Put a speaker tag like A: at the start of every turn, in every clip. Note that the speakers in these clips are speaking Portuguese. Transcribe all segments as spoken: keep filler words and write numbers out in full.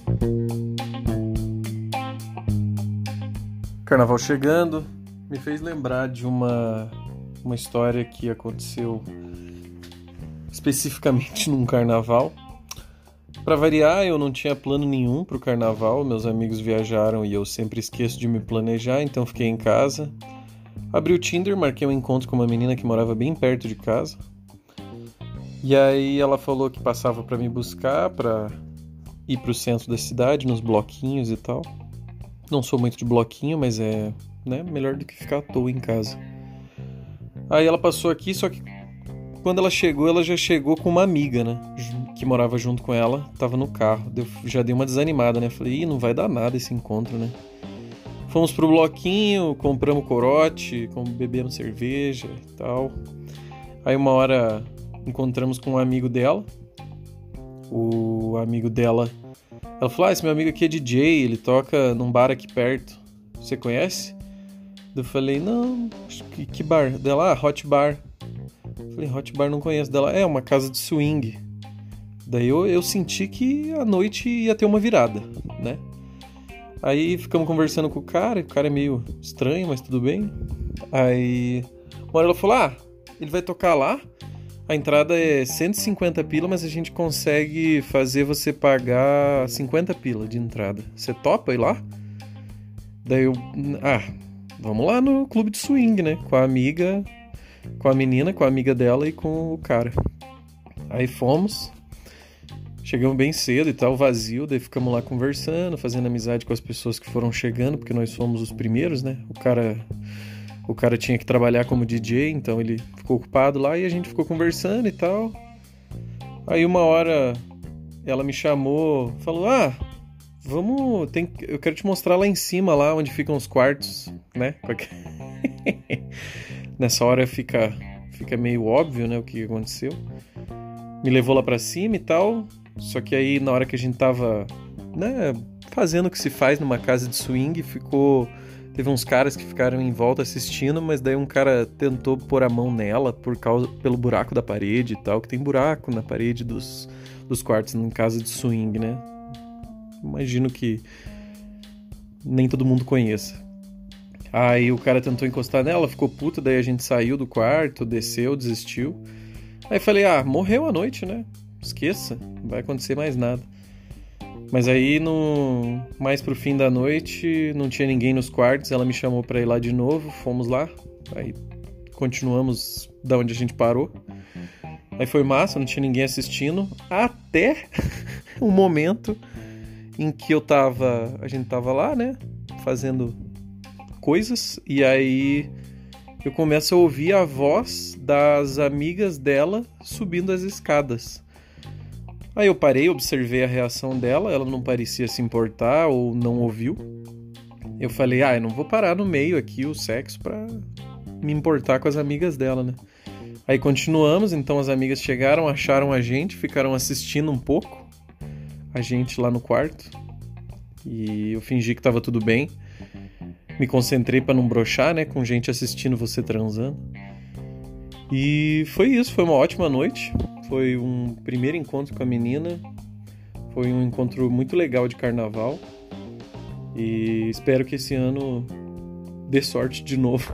A: Carnaval chegando me fez lembrar de uma, uma história que aconteceu especificamente num carnaval. Para variar, eu não tinha plano nenhum pro carnaval, meus amigos viajaram e eu sempre esqueço de me planejar, então fiquei em casa. Abri o Tinder, marquei um encontro com uma menina que morava bem perto de casa. E aí ela falou que passava para me buscar, para ir pro centro da cidade, nos bloquinhos e tal. Não sou muito de bloquinho, mas é, né, melhor do que ficar à toa em casa. Aí ela passou aqui, só que quando ela chegou, ela já chegou com uma amiga, né, que morava junto com ela, tava no carro. Eu já dei uma desanimada, né, falei, ih, não vai dar nada esse encontro, né. Fomos pro bloquinho, compramos corote, bebemos cerveja e tal. Aí uma hora encontramos com um amigo dela. O amigo dela... Ela falou, ah, esse meu amigo aqui é D J, ele toca num bar aqui perto. Você conhece? Eu falei, não, que, que bar? Dela, ah, Hot Bar. Eu falei, Hot Bar não conheço. Dela, é, uma casa de swing. Daí eu, eu senti que a noite ia ter uma virada, né? Aí ficamos conversando com o cara, o cara é meio estranho, mas tudo bem. Aí uma hora ela falou, ah, ele vai tocar lá, a entrada é cento e cinquenta pila, mas a gente consegue fazer você pagar cinquenta pila de entrada. Você topa ir lá? Daí eu, ah, vamos lá no clube de swing, né? Com a amiga, com a menina, com a amiga dela e com o cara. Aí fomos, chegamos bem cedo e tal, vazio, daí ficamos lá conversando, fazendo amizade com as pessoas que foram chegando, porque nós fomos os primeiros, né? O cara... O cara tinha que trabalhar como D J, então ele ficou ocupado lá e a gente ficou conversando e tal. Aí uma hora ela me chamou, falou, ah, vamos, tem, eu quero te mostrar lá em cima, lá onde ficam os quartos, né? Nessa hora fica, fica meio óbvio, né, o que aconteceu. Me levou lá pra cima e tal, só que aí na hora que a gente tava, né, fazendo o que se faz numa casa de swing, ficou... Teve uns caras que ficaram em volta assistindo, mas daí um cara tentou pôr a mão nela por causa, pelo buraco da parede e tal, que tem buraco na parede dos, dos quartos em casa de swing, né? Imagino que nem todo mundo conheça. Aí o cara tentou encostar nela, ficou puto, daí a gente saiu do quarto, desceu, desistiu. Aí falei, ah, morreu a noite, né? Esqueça, não vai acontecer mais nada. Mas aí, no... mais pro fim da noite, não tinha ninguém nos quartos, ela me chamou pra ir lá de novo, fomos lá, aí continuamos da onde a gente parou. Aí foi massa, não tinha ninguém assistindo, até o momento em que eu tava, a gente tava lá, né, fazendo coisas, e aí eu começo a ouvir a voz das amigas dela subindo as escadas. Aí eu parei, observei a reação dela, ela não parecia se importar ou não ouviu. Eu falei, ah, eu não vou parar no meio aqui o sexo pra me importar com as amigas dela, né? Aí continuamos, então as amigas chegaram, acharam a gente, ficaram assistindo um pouco, a gente lá no quarto. E eu fingi que tava tudo bem. Me concentrei pra não broxar, né, com gente assistindo você transando. E foi isso, foi uma ótima noite. Foi um primeiro encontro com a menina. Foi um encontro muito legal de carnaval. E espero que esse ano dê sorte de novo.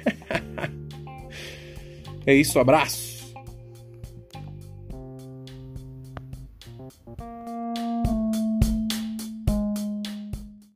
A: É isso, abraço!